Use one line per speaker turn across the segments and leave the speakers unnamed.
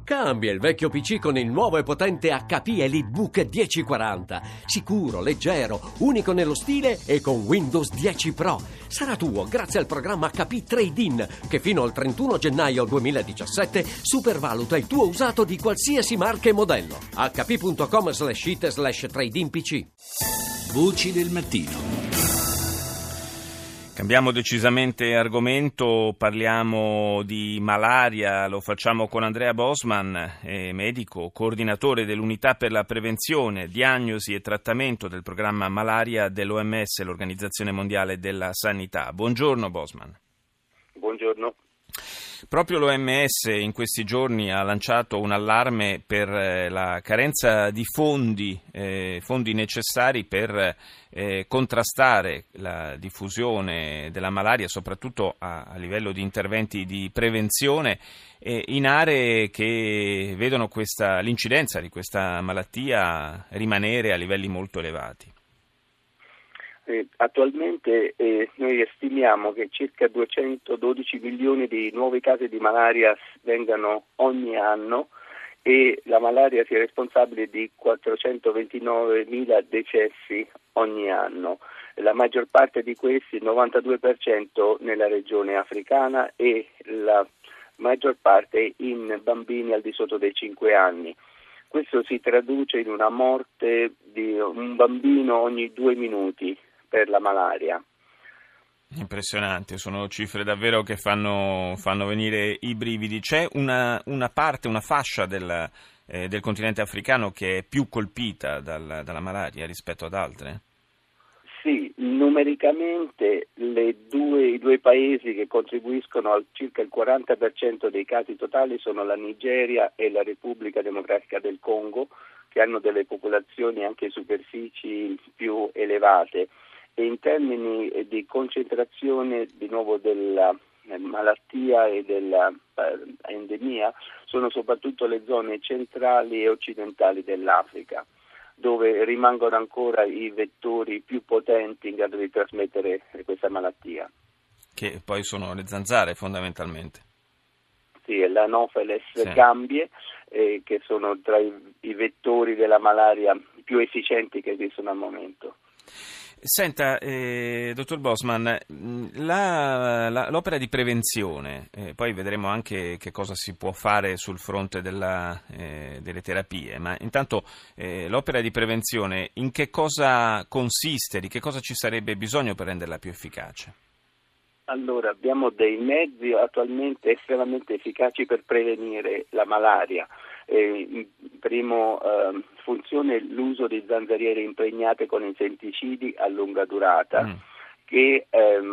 Cambia il vecchio PC con il nuovo e potente HP EliteBook 1040. Sicuro, leggero, unico nello stile e con Windows 10 Pro. Sarà tuo grazie al programma HP Trade-in che fino al 31 gennaio 2017 supervaluta il tuo usato di qualsiasi marca e modello. hp.com/it/trade-in-PC.
Voci del mattino.
Cambiamo decisamente argomento, parliamo di malaria, lo facciamo con Andrea Bosman, medico, coordinatore dell'Unità per la prevenzione, diagnosi e trattamento del programma malaria dell'OMS, l'Organizzazione Mondiale della Sanità. Buongiorno Bosman.
Buongiorno.
Proprio l'OMS in questi giorni ha lanciato un allarme per la carenza di fondi necessari per contrastare la diffusione della malaria, soprattutto a livello di interventi di prevenzione in aree che vedono l'incidenza di questa malattia rimanere a livelli molto elevati.
Attualmente noi stimiamo che circa 212 milioni di nuovi casi di malaria vengano ogni anno e la malaria sia responsabile di 429.000 decessi ogni anno. La maggior parte di questi, il 92%, nella regione africana e la maggior parte in bambini al di sotto dei 5 anni. Questo si traduce in una morte di un bambino ogni 2 minuti per la malaria.
Impressionante, sono cifre davvero che fanno venire i brividi. C'è una fascia del continente africano che è più colpita dalla malaria rispetto ad altre?
Sì, numericamente i due paesi che contribuiscono a circa il 40% dei casi totali sono la Nigeria e la Repubblica Democratica del Congo, che hanno delle popolazioni anche superfici più elevate. E in termini di concentrazione di nuovo della malattia e della endemia sono soprattutto le zone centrali e occidentali dell'Africa, dove rimangono ancora i vettori più potenti in grado di trasmettere questa malattia.
Che poi sono le zanzare fondamentalmente.
Sì, l'Anopheles gambie, che sono tra i vettori della malaria più efficienti che esistono al momento.
Senta, dottor Bosman, l'opera di prevenzione, poi vedremo anche che cosa si può fare sul fronte delle terapie, ma intanto l'opera di prevenzione in che cosa consiste, di che cosa ci sarebbe bisogno per renderla più efficace?
Allora, abbiamo dei mezzi attualmente estremamente efficaci per prevenire la malaria. In primo funzione l'uso di zanzariere impregnate con insetticidi a lunga durata che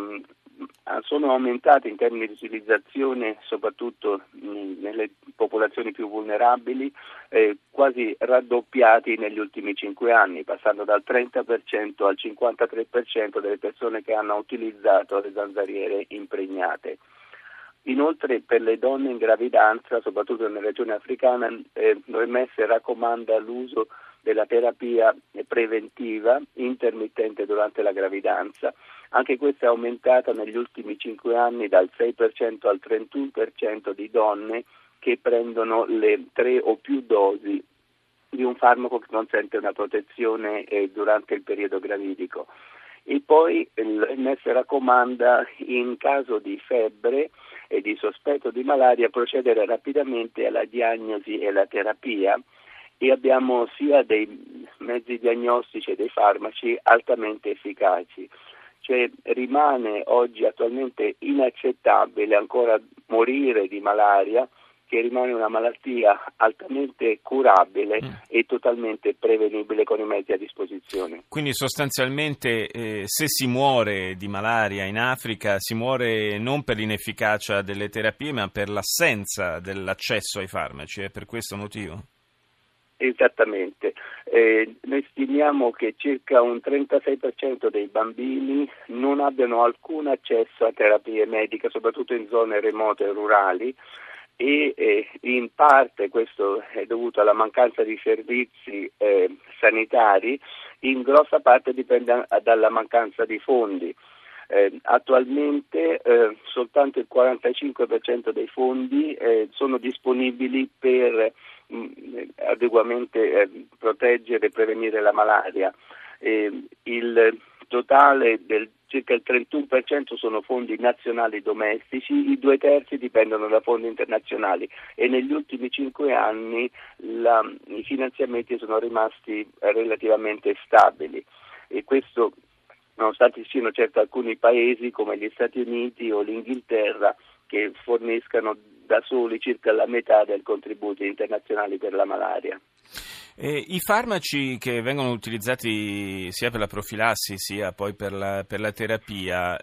sono aumentate in termini di utilizzazione soprattutto nelle popolazioni più vulnerabili, quasi raddoppiati negli ultimi 5 anni, passando dal 30% al 53% delle persone che hanno utilizzato le zanzariere impregnate. Inoltre per le donne in gravidanza, soprattutto nella regione africana, l'OMS raccomanda l'uso della terapia preventiva intermittente durante la gravidanza. Anche questa è aumentata negli ultimi 5 anni dal 6% al 31% di donne che prendono le 3 o più dosi di un farmaco che consente una protezione durante il periodo gravidico. E poi l'OMS raccomanda in caso di febbre e di sospetto di malaria procedere rapidamente alla diagnosi e alla terapia, e abbiamo sia dei mezzi diagnostici e dei farmaci altamente efficaci. Cioè rimane oggi attualmente inaccettabile ancora morire di malaria, che rimane una malattia altamente curabile e totalmente prevenibile con i mezzi a disposizione.
Quindi sostanzialmente se si muore di malaria in Africa si muore non per l'inefficacia delle terapie ma per l'assenza dell'accesso ai farmaci, è per questo motivo?
Esattamente, noi stimiamo che circa un 36% dei bambini non abbiano alcun accesso a terapie mediche, soprattutto in zone remote e rurali, e in parte questo è dovuto alla mancanza di servizi sanitari, in grossa parte dipende dalla mancanza di fondi. Attualmente soltanto il 45% dei fondi sono disponibili per adeguatamente proteggere e prevenire la malaria. Il totale del circa il 31% sono fondi nazionali domestici, i 2/3 dipendono da fondi internazionali e negli ultimi 5 anni i finanziamenti sono rimasti relativamente stabili e questo nonostante ci siano certo alcuni paesi come gli Stati Uniti o l'Inghilterra che forniscano da soli circa la metà dei contributi internazionali per la malaria.
I farmaci che vengono utilizzati sia per la profilassi sia poi per la terapia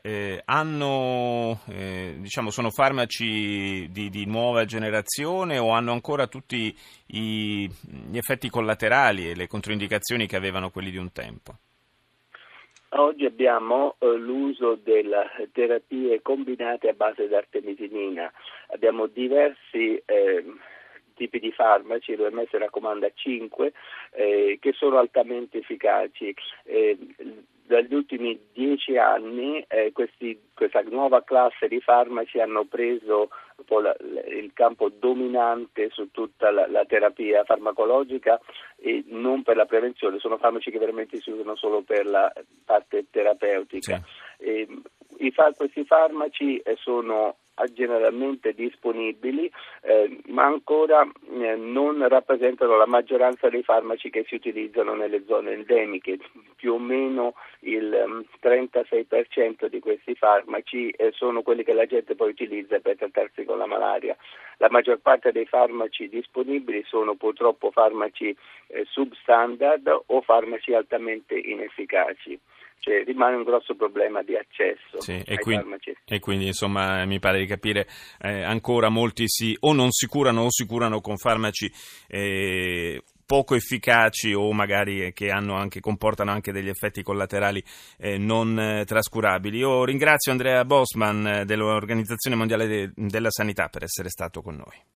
sono farmaci di nuova generazione o hanno ancora tutti gli effetti collaterali e le controindicazioni che avevano quelli di un tempo?
Oggi abbiamo l'uso delle terapie combinate a base di artemisinina. Abbiamo diversi tipi di farmaci, l'OMS raccomanda 5, che sono altamente efficaci. Dagli ultimi 10 anni questa nuova classe di farmaci hanno preso il campo dominante su tutta la terapia farmacologica e non per la prevenzione, sono farmaci che veramente si usano solo per la parte terapeutica. Sì. Questi farmaci sono generalmente disponibili, ma ancora non rappresentano la maggioranza dei farmaci che si utilizzano nelle zone endemiche. Più o meno il 36% di questi farmaci sono quelli che la gente poi utilizza per trattarsi con la malaria. La maggior parte dei farmaci disponibili sono purtroppo farmaci substandard o farmaci altamente inefficaci. Cioè, rimane un grosso problema di accesso ai farmaci.
E quindi insomma mi pare di capire ancora molti o non si curano o si curano con farmaci poco efficaci o magari che comportano anche degli effetti collaterali non trascurabili. Io ringrazio Andrea Bosman dell'Organizzazione Mondiale della Sanità per essere stato con noi.